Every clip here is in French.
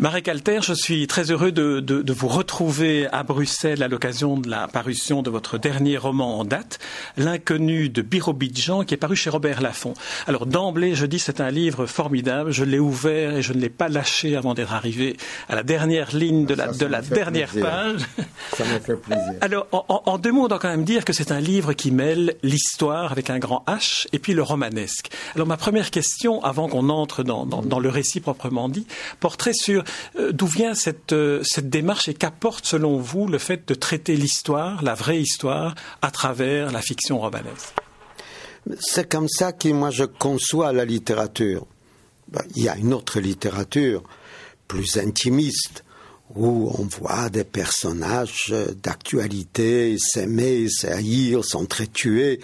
Marek Alter, je suis très heureux de vous retrouver à Bruxelles à l'occasion de la parution de votre dernier roman en date, L'inconnu de Birobidzjan, qui est paru chez Robert Laffont. Alors d'emblée, je dis c'est un livre formidable, je l'ai ouvert et je ne l'ai pas lâché avant d'être arrivé à la dernière ligne de la dernière page. Ça me fait plaisir. Alors en deux mots, on doit quand même dire que c'est un livre qui mêle l'histoire avec un grand H et puis le romanesque. Alors ma première question, avant qu'on entre dans le récit proprement dit, porterait sur d'où vient cette démarche et qu'apporte selon vous le fait de traiter l'histoire, la vraie histoire, à travers la fiction romanesque. C'est comme ça que moi je conçois la littérature. Il y a une autre littérature plus intimiste où on voit des personnages d'actualité s'aimer, s'haïr, s'entretuer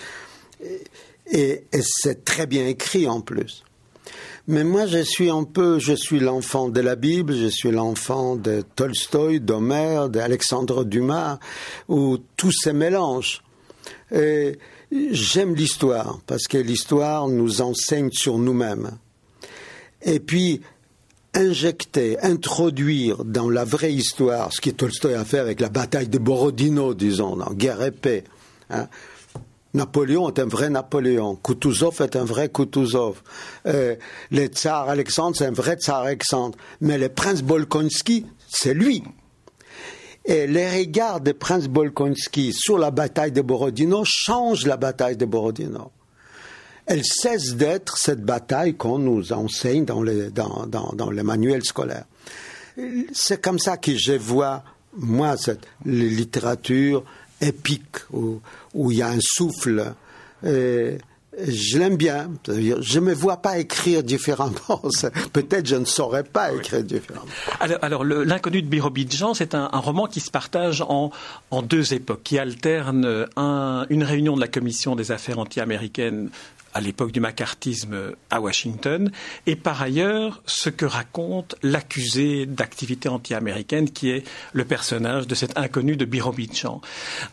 et c'est très bien écrit en plus. Mais moi, je suis l'enfant de la Bible, je suis l'enfant de Tolstoï, d'Homère, d'Alexandre Dumas, où tout se mélange. Et j'aime l'histoire, parce que l'histoire nous enseigne sur nous-mêmes. Et puis, introduire dans la vraie histoire, ce que Tolstoï a fait avec la bataille de Borodino, disons, dans Guerre et paix, hein. Napoléon est un vrai Napoléon, Koutouzov est un vrai Koutouzov, le tsar Alexandre c'est un vrai tsar Alexandre, mais le prince Bolkonski c'est lui. Et les regards du prince Bolkonski sur la bataille de Borodino changent la bataille de Borodino. Elle cesse d'être cette bataille qu'on nous enseigne dans les manuels scolaires. C'est comme ça que je vois, moi, cette littérature épique, où il y a un souffle. Je l'aime bien. C'est-à-dire, je ne me vois pas écrire différemment. Peut-être je ne saurais pas écrire différemment. Alors L'inconnu de Birobidzjan, c'est un roman qui se partage en deux époques, qui alterne une réunion de la Commission des affaires anti-américaines à l'époque du macartisme à Washington, et par ailleurs ce que raconte l'accusé d'activité anti-américaine qui est le personnage de cet inconnu de Birobidzjan.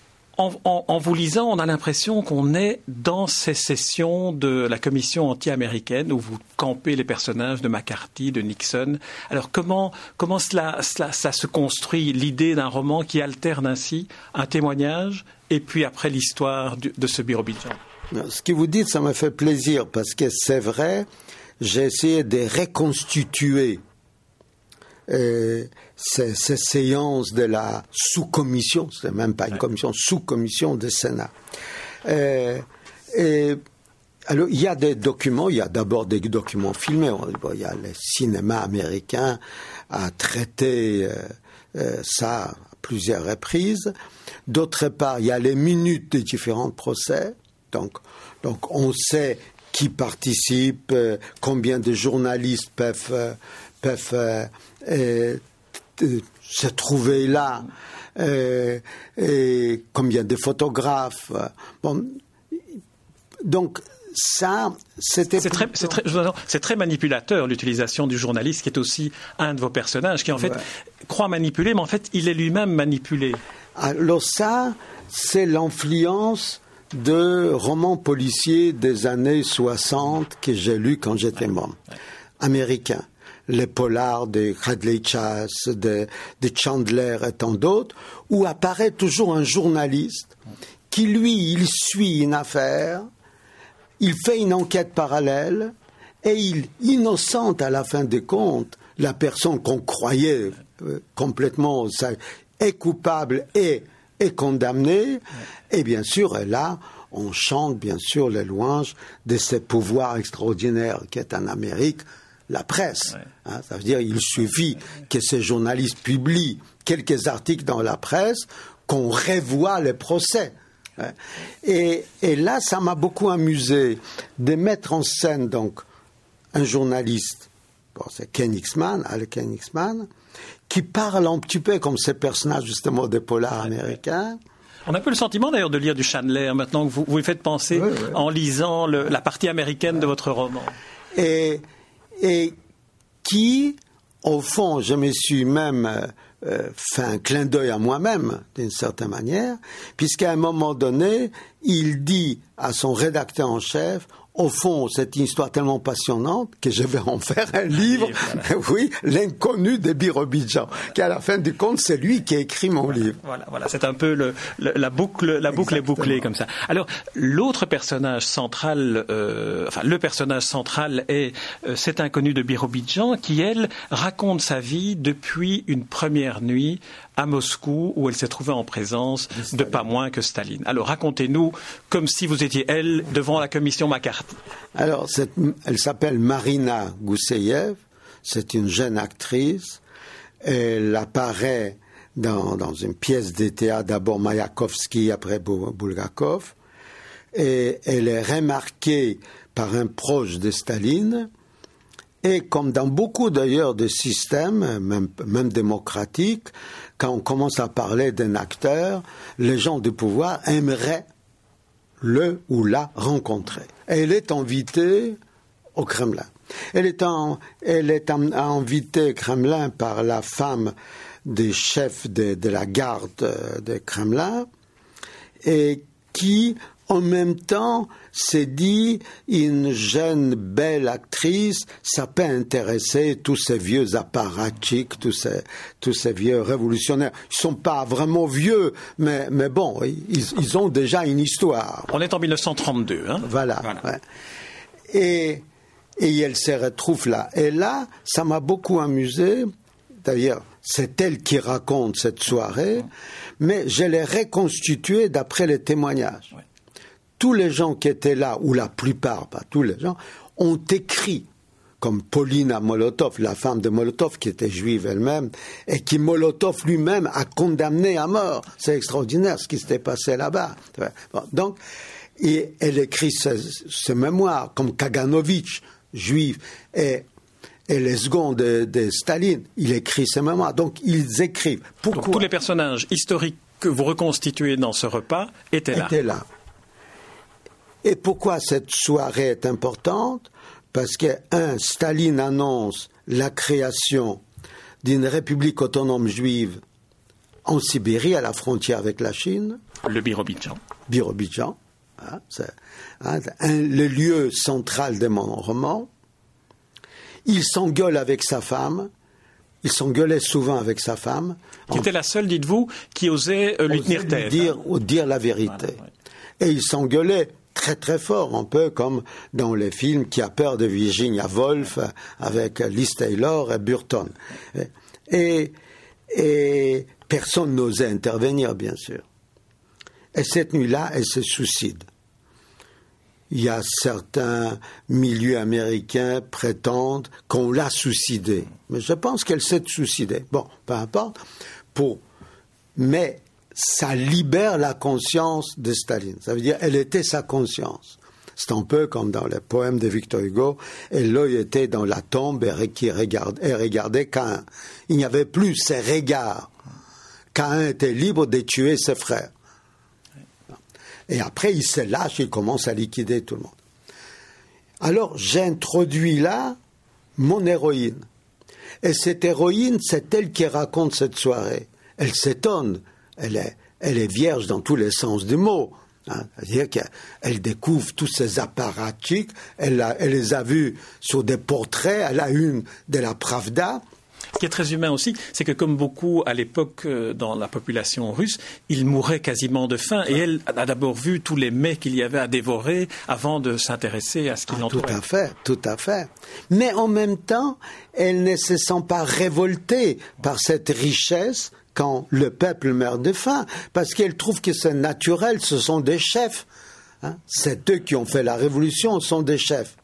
En vous lisant, on a l'impression qu'on est dans ces sessions de la commission anti-américaine où vous campez les personnages de McCarthy, de Nixon. Alors comment cela se construit, l'idée d'un roman qui alterne ainsi un témoignage et puis après l'histoire de ce Birobidzjan? Ce que vous dites, ça me fait plaisir parce que c'est vrai, j'ai essayé de reconstituer ces séances de la sous-commission, c'est même pas une commission, sous-commission du Sénat. Alors, il y a des documents, il y a d'abord des documents filmés, il y a le cinéma américain a traité ça à plusieurs reprises. D'autre part, il y a les minutes des différents procès, donc on sait qui participe, combien de journalistes peuvent se trouver là, et combien de photographes. Bon, donc ça, c'est très manipulateur l'utilisation du journaliste qui est aussi un de vos personnages qui en fait croit manipuler, mais en fait il est lui-même manipulé. Alors ça, c'est l'influence de romans policiers des années 60 que j'ai lus quand j'étais môme, américains. Les polars de Hadley Chase, de Chandler et tant d'autres, où apparaît toujours un journaliste qui, lui, il suit une affaire, il fait une enquête parallèle et il innocente à la fin des comptes la personne qu'on croyait complètement est coupable et est condamnée. Et bien sûr, là, on chante bien sûr les louanges de ce pouvoir extraordinaire qu'est en Amérique la presse. Hein, ça veut dire qu'il suffit que ces journalistes publient quelques articles dans la presse, qu'on revoie les procès. Hein. Et là, ça m'a beaucoup amusé de mettre en scène donc un journaliste, c'est Al Koenigsman, qui parle un petit peu comme ces personnages justement des polars américains. On a un peu le sentiment d'ailleurs de lire du Chandler maintenant que vous lui faites penser en lisant la partie américaine de votre roman. Et qui, au fond, je me suis même fait un clin d'œil à moi-même, d'une certaine manière, puisqu'à un moment donné, il dit à son rédacteur en chef, au fond, c'est une histoire tellement passionnante que je vais en faire un livre. Voilà. Oui, l'inconnu de Birobidjan, qui à la fin du compte, c'est lui qui a écrit mon livre. Voilà, c'est un peu la boucle est bouclée comme ça. Alors, l'autre personnage central, le personnage central est cet inconnu de Birobidjan qui, elle, raconte sa vie depuis une première nuit à Moscou, où elle s'est trouvée en présence de pas moins que Staline. Alors, racontez-nous, comme si vous étiez, elle, devant la commission McCarthy. Alors, elle s'appelle Marina Gousseyev, c'est une jeune actrice. Elle apparaît dans une pièce de théâtre, d'abord Mayakovsky, après Bulgakov, et elle est remarquée par un proche de Staline. Et comme dans beaucoup d'ailleurs de systèmes, même démocratiques, quand on commence à parler d'un acteur, les gens du pouvoir aimeraient le ou la rencontrer. Et elle est invitée au Kremlin. Elle est invitée au Kremlin par la femme des chefs de la garde de Kremlin, et qui, en même temps, s'est dit, une jeune belle actrice, ça peut intéresser tous ces vieux apparatchiks, tous ces vieux révolutionnaires. Ils sont pas vraiment vieux, mais bon, ils ont déjà une histoire. On est en 1932, hein. Voilà. Ouais. Et elle se retrouve là. Et là, ça m'a beaucoup amusé. D'ailleurs, c'est elle qui raconte cette soirée, mais je l'ai reconstituée d'après les témoignages. Ouais. Tous les gens qui étaient là, ou la plupart, pas tous les gens, ont écrit, comme Paulina Molotov, la femme de Molotov, qui était juive elle-même, et qui Molotov lui-même a condamné à mort. C'est extraordinaire ce qui s'était passé là-bas. Bon, donc, et elle écrit ses mémoires, comme Kaganovitch, juif, et les seconds de Staline, il écrit ses mémoires. Donc, ils écrivent. Pourquoi ? Donc, tous les personnages historiques que vous reconstituez dans ce repas étaient là. Et pourquoi cette soirée est importante ? Parce que, Staline annonce la création d'une république autonome juive en Sibérie, à la frontière avec la Chine. Le Birobidjan. C'est le lieu central de mon roman. Il s'engueule avec sa femme. Il s'engueulait souvent avec sa femme. Qui était la seule, dites-vous, qui osait lui tenir tête. Dire la vérité. Voilà, ouais. Et il s'engueulait très très fort, un peu comme dans les films Qui a peur de Virginia Woolf, avec Liz Taylor et Burton. Et personne n'osait intervenir, bien sûr. Et cette nuit-là, elle se suicide. Il y a certains milieux américains prétendent qu'on l'a suicidée. Mais je pense qu'elle s'est suicidée. Bon, peu importe. Mais ça libère la conscience de Staline. Ça veut dire, elle était sa conscience. C'est un peu comme dans les poèmes de Victor Hugo, et l'œil était dans la tombe et regardait Caïn. Il n'y avait plus ses regards. Caïn était libre de tuer ses frères. Et après, il se lâche, il commence à liquider tout le monde. Alors, j'introduis là mon héroïne. Et cette héroïne, c'est elle qui raconte cette soirée. Elle s'étonne. Elle est vierge dans tous les sens du mot. C'est-à-dire qu'elle découvre tous ces apparatchiks. Elle les a vus sur des portraits à la une de la Pravda. Ce qui est très humain aussi, c'est que comme beaucoup à l'époque dans la population russe, ils mouraient quasiment de faim. Et elle a d'abord vu tous les mets qu'il y avait à dévorer avant de s'intéresser à ce qui l'entourait. Tout à fait. Mais en même temps, elle ne se sent pas révoltée par cette richesse quand le peuple meurt de faim, parce qu'elle trouve que c'est naturel, ce sont des chefs. C'est eux qui ont fait la révolution, ce sont des chefs.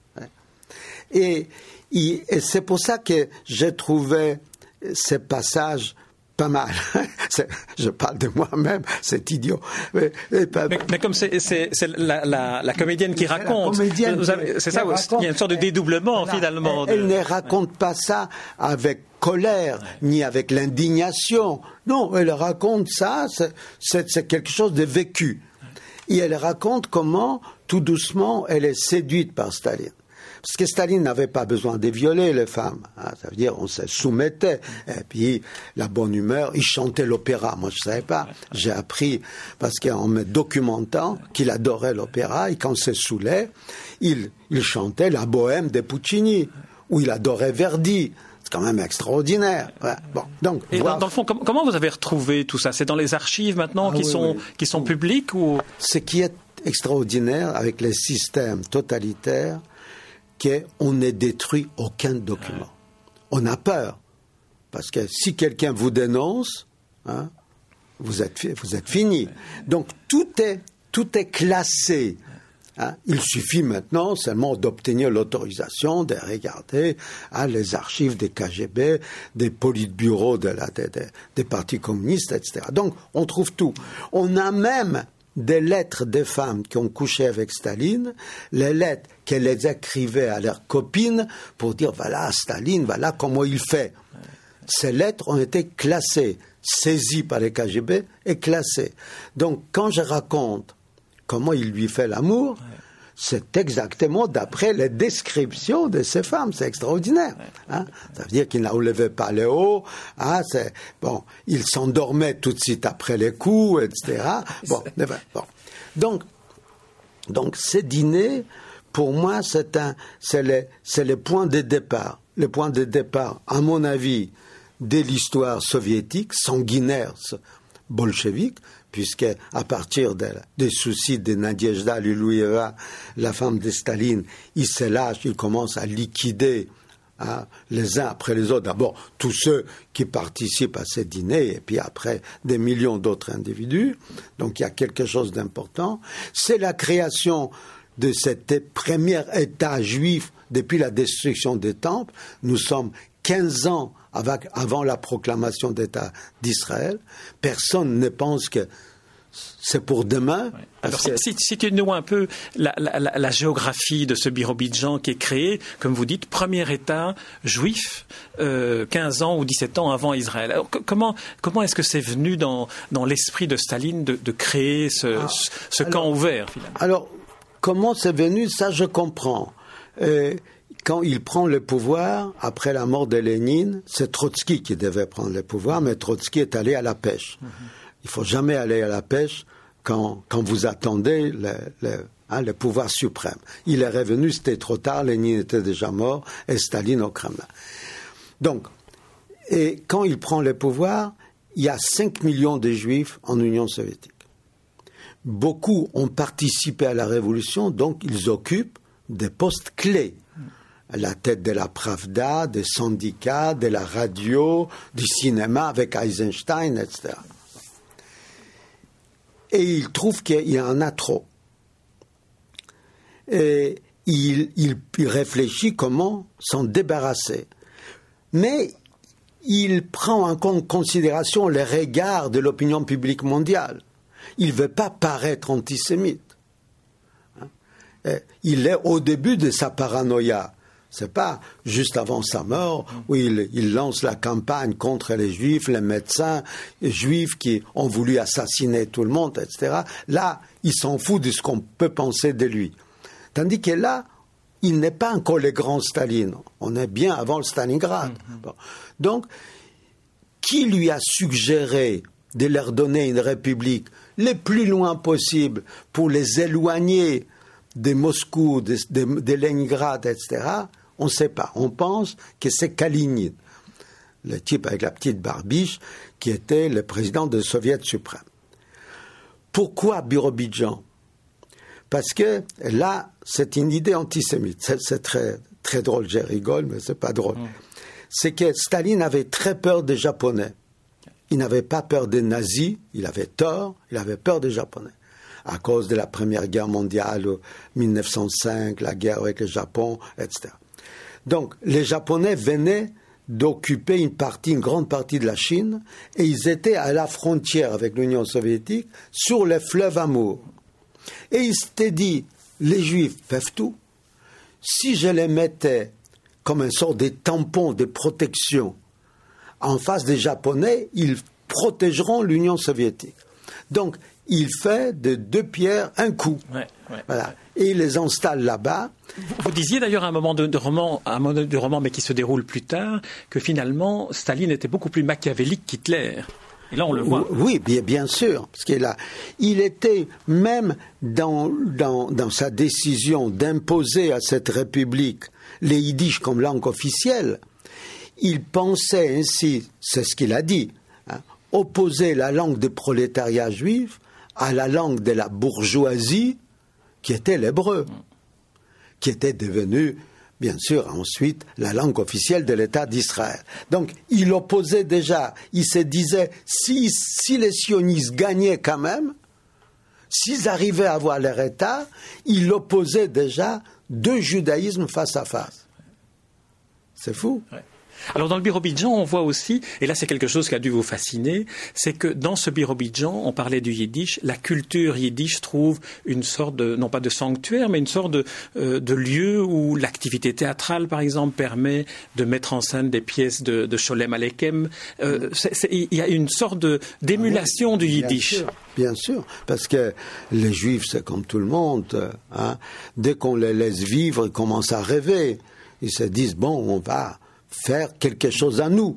Et c'est pour ça que j'ai trouvé ces passages pas mal. Je parle de moi-même, c'est idiot. Mais comme c'est la comédienne qui raconte, c'est ça, il y a une sorte de dédoublement finalement. Elle ne raconte pas ça avec colère, ni avec l'indignation. Non, elle raconte ça, c'est quelque chose de vécu. Et elle raconte comment, tout doucement, elle est séduite par Staline. Parce que Staline n'avait pas besoin de violer les femmes. Hein, ça veut dire on se soumettait. Et puis, la bonne humeur, il chantait l'opéra. Moi, je ne savais pas. J'ai appris, parce qu'en me documentant, qu'il adorait l'opéra. Et quand il se saoulait, il chantait la bohème de Puccini, ou il adorait Verdi. C'est quand même extraordinaire. Ouais. Bon, donc, et dans le fond, comment vous avez retrouvé tout ça? C'est dans les archives maintenant qui sont publiques ou... Ce qui est extraordinaire avec les systèmes totalitaires, qu'on ne détruit aucun document. On a peur. Parce que si quelqu'un vous dénonce, hein, vous êtes fini. Donc tout est classé. Hein. Il suffit maintenant seulement d'obtenir l'autorisation de regarder les archives des KGB, des politbureaux des partis communistes, etc. Donc on trouve tout. On a même des lettres des femmes qui ont couché avec Staline, les lettres qu'elles écrivaient à leurs copines pour dire voilà Staline, voilà comment il fait. Ces lettres ont été classées, saisies par les KGB et classées. Donc quand je raconte comment il lui fait l'amour, c'est exactement d'après les descriptions de ces femmes. C'est extraordinaire. Hein. Ça veut dire qu'il n'enlevait pas les hauts. Hein, il s'endormait tout de suite après les coups, etc. Bon. Donc, ces dîners, pour moi, c'est le point de départ. Le point de départ, à mon avis, de l'histoire soviétique, sanguinaire, bolchevique, puisque à partir des soucis de Nadezhda Lulueva, la femme de Staline, il se lâche, il commence à liquider les uns après les autres. D'abord, tous ceux qui participent à ces dîners, et puis après, des millions d'autres individus. Donc, il y a quelque chose d'important. C'est la création de cet premier État juif depuis la destruction des temples. Nous sommes 15 ans avant la proclamation d'État d'Israël. Personne ne pense que c'est pour demain. Ouais. Alors, si tu nous un peu la géographie de ce Birobidjan qui est créé, comme vous dites, premier État juif, 15 ans ou 17 ans avant Israël. Alors, comment est-ce que c'est venu dans l'esprit de Staline de créer ce camp ouvert, finalement? Alors, comment c'est venu, ça je comprends. Quand il prend le pouvoir, après la mort de Lénine, c'est Trotsky qui devait prendre le pouvoir, mais Trotsky est allé à la pêche. Il ne faut jamais aller à la pêche quand vous attendez le pouvoir suprême. Il est revenu, c'était trop tard, Lénine était déjà mort, et Staline au Kremlin. Donc, et quand il prend le pouvoir, il y a 5 millions de Juifs en Union soviétique. Beaucoup ont participé à la révolution, donc ils occupent des postes clés. À la tête de la Pravda, des syndicats, de la radio, du cinéma avec Eisenstein, etc. Et il trouve qu'il y en a trop. Et il réfléchit comment s'en débarrasser. Mais il prend en considération les regards de l'opinion publique mondiale. Il ne veut pas paraître antisémite. Il est au début de sa paranoïa. C'est pas juste avant sa mort où il lance la campagne contre les Juifs, les médecins juifs qui ont voulu assassiner tout le monde, etc. Là, il s'en fout de ce qu'on peut penser de lui. Tandis que là, il n'est pas encore le grand Staline. On est bien avant le Stalingrad. Bon. Donc, qui lui a suggéré de leur donner une république le plus loin possible pour les éloigner de Moscou, de Leningrad, etc., on ne sait pas. On pense que c'est Kalinine, le type avec la petite barbiche, qui était le président de Soviet suprême. Pourquoi Birobidjan? Parce que là, c'est une idée antisémite. C'est très, très drôle, je rigole, mais c'est pas drôle. C'est que Staline avait très peur des Japonais. Il n'avait pas peur des nazis, il avait tort, il avait peur des Japonais. À cause de la Première Guerre mondiale, 1905, la guerre avec le Japon, etc. Donc, les Japonais venaient d'occuper une grande partie de la Chine, et ils étaient à la frontière avec l'Union soviétique, sur le fleuve Amour. Et ils s'étaient dit, les Juifs peuvent tout. Si je les mettais comme une sorte de tampon de protection en face des Japonais, ils protégeront l'Union soviétique. Donc, il fait de 2 pierres un coup. Voilà. Et il les installe là-bas. Vous disiez d'ailleurs à un moment du roman, mais qui se déroule plus tard, que finalement Staline était beaucoup plus machiavélique qu'Hitler. Et là, on le voit. Oui, bien sûr, parce il était même dans sa décision d'imposer à cette République les yiddish comme langue officielle. Il pensait ainsi, c'est ce qu'il a dit, opposer la langue du prolétariat juif à la langue de la bourgeoisie, qui était l'hébreu, qui était devenu, bien sûr, ensuite, la langue officielle de l'État d'Israël. Donc, il opposait déjà, il se disait, si les sionistes gagnaient quand même, s'ils arrivaient à avoir leur État, il opposait déjà 2 judaïsmes face à face. C'est fou. Ouais. Alors dans le Birobidjan, on voit aussi, et là c'est quelque chose qui a dû vous fasciner, c'est que dans ce Birobidjan, on parlait du yiddish, la culture yiddish trouve une sorte de, non pas de sanctuaire, mais une sorte de lieu où l'activité théâtrale, par exemple, permet de mettre en scène des pièces de Sholem Aleichem. Il y a une sorte d'émulation du yiddish. Bien sûr, parce que les Juifs, c'est comme tout le monde. Dès qu'on les laisse vivre, ils commencent à rêver. Ils se disent, bon, on va faire quelque chose à nous.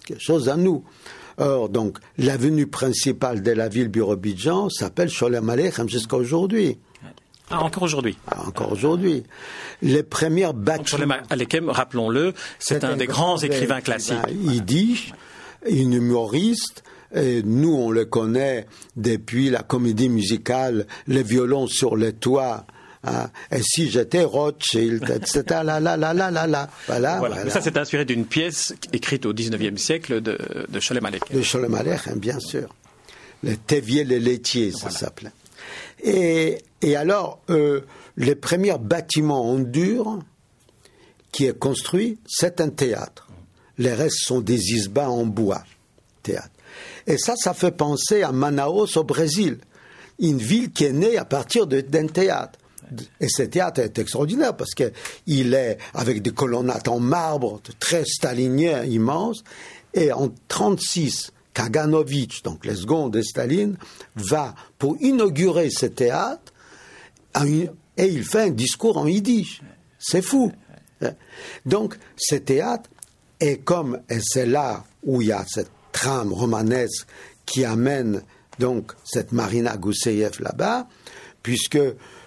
Or, donc, l'avenue principale de la ville Birobidjan s'appelle Sholem Aleichem jusqu'à aujourd'hui. Encore aujourd'hui. Encore aujourd'hui. Les premières bâtiments... Sholem Aleichem, rappelons-le, c'est un des grands écrivains classiques. Yiddish, un humoriste. Et nous, on le connaît depuis la comédie musicale Les violons sur les toits. Et si j'étais Rothschild, etc. Voilà. Mais ça, c'est inspiré d'une pièce écrite au XIXe siècle de Sholem Aleichem. De Sholem Aleichem, bien sûr. Le Thévier, le laitier, ça s'appelait. Et alors, les premiers bâtiments en dur qui est construit, c'est un théâtre. Les restes sont des isbas en bois. Théâtre. Et ça fait penser à Manaus au Brésil. Une ville qui est née à partir d'un théâtre. Et ce théâtre est extraordinaire parce qu'il est avec des colonnettes en marbre, très stalinien, immense. Et en 1936, Kaganovitch, donc le second de Staline, va pour inaugurer ce théâtre et il fait un discours en yiddish. C'est fou. Donc, ce théâtre est comme, et c'est là où il y a cette trame romanesque qui amène donc cette Marina Gousseïev là-bas, puisque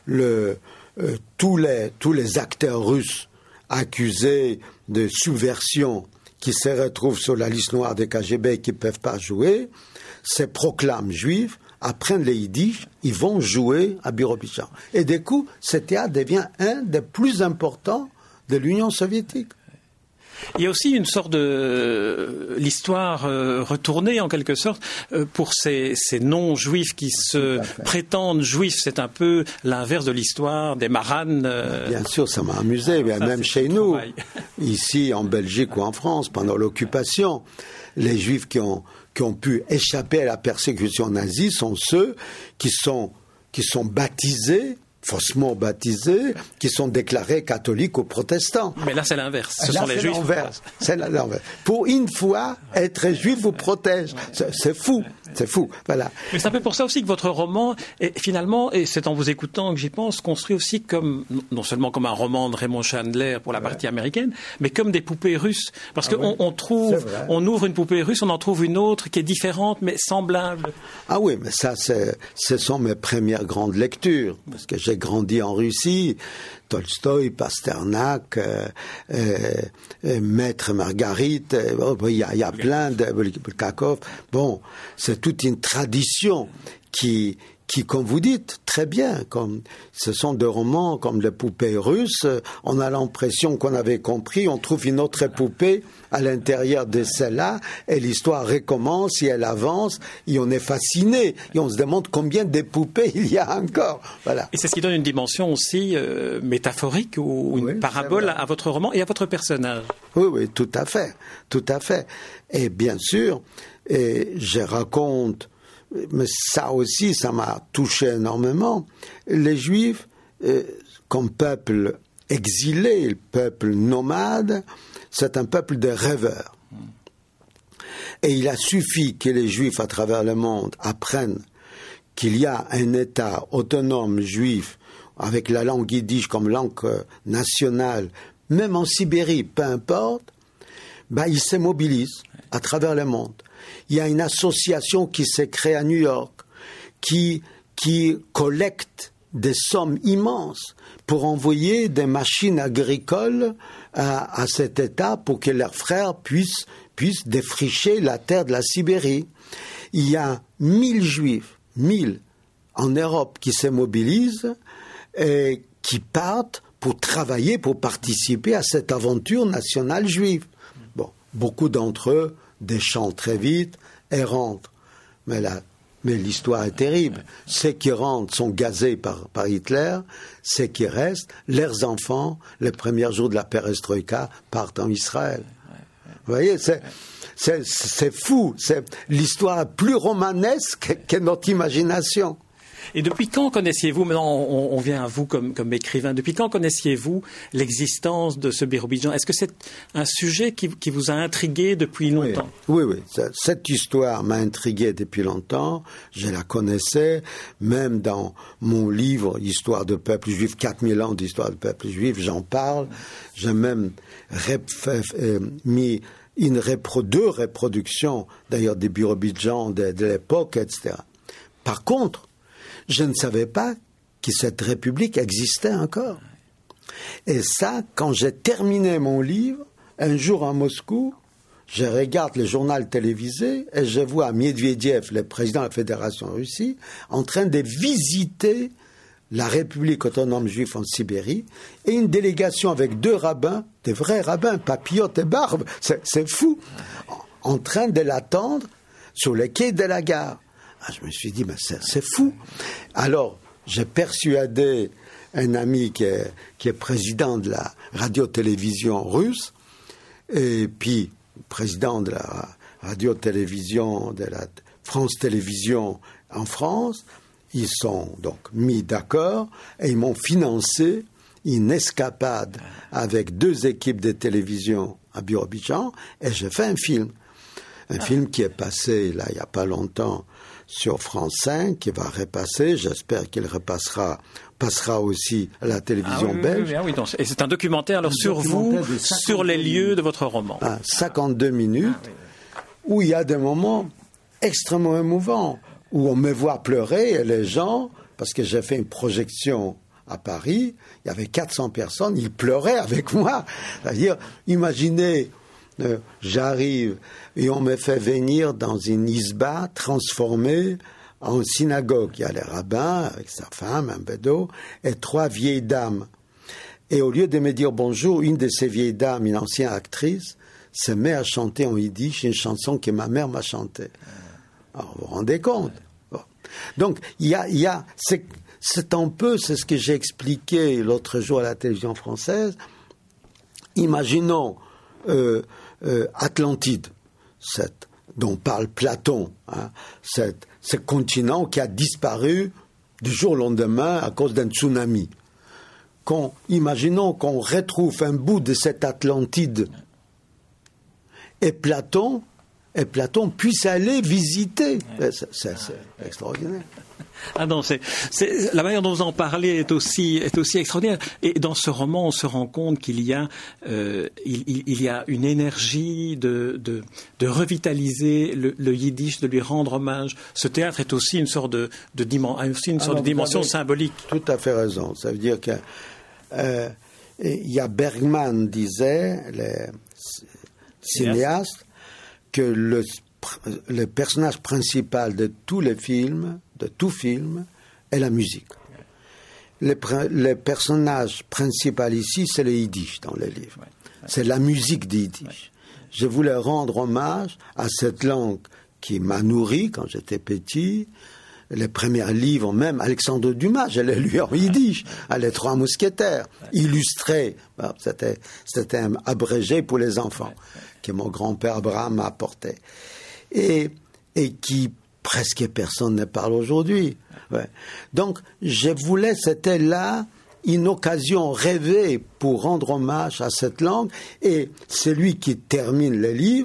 tous les acteurs russes accusés de subversion qui se retrouvent sur la liste noire des KGB et qui ne peuvent pas jouer, se proclament juifs, apprennent les yiddish, ils vont jouer à Birobidjan. Et du coup, ce théâtre devient un des plus importants de l'Union soviétique. Il y a aussi une sorte de l'histoire retournée en quelque sorte pour ces non-juifs qui se prétendent juifs. C'est un peu l'inverse de l'histoire des maranes. Bien sûr, ça m'a amusé, même chez nous, ici en Belgique ou en France, pendant l'occupation, les juifs qui ont pu échapper à la persécution nazie sont ceux qui sont baptisés, faussement baptisés, qui sont déclarés catholiques ou protestants. Mais là, c'est l'inverse. Ce sont les juifs. C'est l'inverse. Pour une fois, être juif vous protège. C'est fou. C'est fou. Voilà. Mais c'est un peu pour ça aussi que votre roman est finalement, et c'est en vous écoutant que j'y pense, construit aussi comme, non seulement comme un roman de Raymond Chandler pour la partie américaine, mais comme des poupées russes. Parce qu'on on ouvre une poupée russe, on en trouve une autre qui est différente, mais semblable. Ah oui, mais ça, ce sont mes premières grandes lectures. Parce que j'ai grandi en Russie, Tolstoï, Pasternak, Maître Marguerite, il y a plein de Bulgakov. Bon, c'est toute une tradition qui, comme vous dites, très bien, comme ce sont des romans comme les poupées russes, on a l'impression qu'on avait compris, on trouve une autre poupée à l'intérieur de celle-là, et l'histoire recommence, et elle avance, et on est fasciné, et on se demande combien de poupées il y a encore. Voilà. Et c'est ce qui donne une dimension aussi métaphorique ou une parabole à votre roman et à votre personnage. Oui, tout à fait. Et bien sûr, je raconte, mais ça aussi, ça m'a touché énormément. Les Juifs, comme peuple exilé, peuple nomade, c'est un peuple de rêveurs. Et il a suffi que les Juifs à travers le monde apprennent qu'il y a un État autonome juif avec la langue yiddish comme langue nationale, même en Sibérie, peu importe, il se mobilise à travers le monde. Il y a une association qui s'est créée à New York qui collecte des sommes immenses pour envoyer des machines agricoles à cet État pour que leurs frères puissent défricher la terre de la Sibérie. Il y a 1000 juifs, 1000 en Europe qui se mobilisent et qui partent pour travailler, pour participer à cette aventure nationale juive. Bon, beaucoup d'entre eux déchantent très vite et rentrent. Mais l'histoire est terrible. Ceux qui rentrent sont gazés par Hitler. Ceux qui restent, leurs enfants, les premiers jours de la perestroïka, partent en Israël. Vous voyez, c'est fou. L'histoire est plus romanesque que notre imagination. Et depuis quand connaissiez-vous, maintenant on vient à vous comme écrivain, depuis quand connaissiez-vous l'existence de ce Birobidjan? Est-ce que c'est un sujet qui vous a intrigué depuis longtemps? Oui. Cette histoire m'a intrigué depuis longtemps. Je la connaissais, même dans mon livre « Histoire de peuple juif », 4000 ans d'histoire de peuple juif, j'en parle. J'ai même mis deux reproductions, d'ailleurs des Birobidjan de l'époque, etc. Par contre, je ne savais pas que cette république existait encore. Et ça, quand j'ai terminé mon livre, un jour à Moscou, je regarde le journal télévisé et je vois Medvedev, le président de la Fédération Russie, en train de visiter la République autonome juive en Sibérie, et une délégation avec 2 rabbins, des vrais rabbins, papillotes et barbe, c'est fou, en train de l'attendre sur les quais de la gare. Je me suis dit, mais c'est fou. Alors, j'ai persuadé un ami qui est président de la radio-télévision russe, et puis président de la radio-télévision de la France Télévisions en France. Ils sont donc mis d'accord et ils m'ont financé une escapade avec 2 équipes de télévision à Birobidjan, et j'ai fait un film. Un film qui est passé, là, il n'y a pas longtemps, sur France 5, qui va repasser. J'espère qu'il passera aussi à la télévision belge. Oui, donc, et c'est un documentaire sur vous, sur les lieux de votre roman. 52 minutes, où il y a des moments extrêmement émouvants, où on me voit pleurer, et les gens, parce que j'ai fait une projection à Paris, il y avait 400 personnes, ils pleuraient avec moi. C'est-à-dire, imaginez... j'arrive et on me fait venir dans une isba transformée en synagogue. Il y a les rabbins avec sa femme, un bédo, et 3 vieilles dames. Et au lieu de me dire bonjour, une de ces vieilles dames, une ancienne actrice, se met à chanter en yiddish une chanson que ma mère m'a chantée. Alors, vous vous rendez compte? Bon. Donc, c'est un peu, c'est ce que j'ai expliqué l'autre jour à la télévision française. Imaginons Atlantide, dont parle Platon, ce continent qui a disparu du jour au lendemain à cause d'un tsunami. Imaginons qu'on retrouve un bout de cette Atlantide et Platon puisse aller visiter. C'est extraordinaire. Ah non, la manière dont vous en parlez est aussi extraordinaire. Et dans ce roman, on se rend compte qu'il y a une énergie de revitaliser le yiddish, de lui rendre hommage. Ce théâtre est aussi une sorte de dimension symbolique. Tout à fait raison. Ça veut dire que il y a Bergman disait, le cinéaste, que le personnage principal de tous les films, de tout film, est la musique. Le personnage principal ici, c'est le yiddish dans les livres. C'est la musique du yiddish. Je voulais rendre hommage à cette langue qui m'a nourri quand j'étais petit. Les premiers livres, même Alexandre Dumas, je l'ai lu en yiddish, Les 3 mousquetaires, illustrés. C'était un abrégé pour les enfants que mon grand-père Abraham m'a apporté. Et qui presque personne ne parle aujourd'hui. Donc, je voulais, c'était là une occasion rêvée pour rendre hommage à cette langue. Et celui qui termine le livre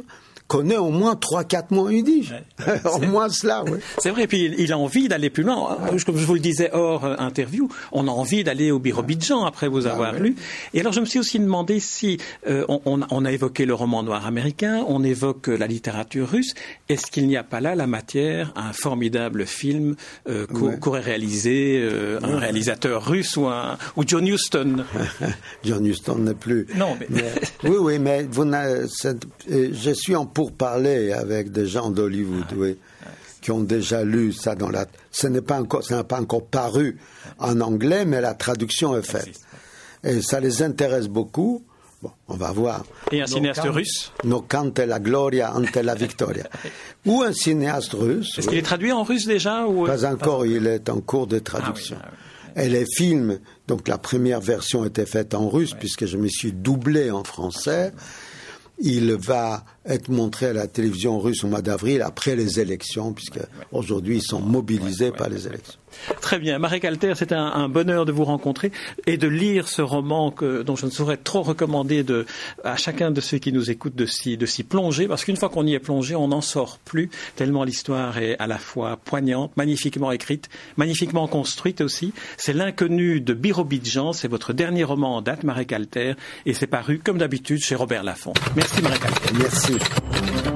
connaît au moins 3-4 mots yiddish. Au moins cela, oui. C'est vrai, et puis il a envie d'aller plus loin. Comme je vous le disais hors interview, on a envie d'aller au Birobidjan après vous avoir lu. Et alors je me suis aussi demandé si on a évoqué le roman noir américain, on évoque la littérature russe. Est-ce qu'il n'y a pas là la matière à un formidable film qu'aurait réalisé un réalisateur russe ou John Huston? John Huston n'est plus. Non, mais... oui, mais je suis en pourparlers avec des gens d'Hollywood, qui ont déjà lu ça ça n'a pas encore paru en anglais, mais la traduction est faite. Et ça les intéresse beaucoup. Bon, on va voir. Et un cinéaste russe? No cante la gloria ante la victoria. Ou un cinéaste russe. Est-ce qu'il est traduit en russe déjà ou... Pas encore, il est en cours de traduction. Et les films, donc la première version était faite en russe, puisque je me suis doublé en français. Il va être montré à la télévision russe au mois d'avril, après les élections, puisque aujourd'hui ils sont mobilisés par les élections. Très bien. Marek Alter, c'est un bonheur de vous rencontrer et de lire ce roman dont je ne saurais trop recommander à chacun de ceux qui nous écoutent de s'y plonger, parce qu'une fois qu'on y est plongé, on n'en sort plus, tellement l'histoire est à la fois poignante, magnifiquement écrite, magnifiquement construite aussi. C'est L'inconnu de Birobidjan, c'est votre dernier roman en date, Marek Alter, et c'est paru, comme d'habitude, chez Robert Laffont. Merci Marek Alter. Merci.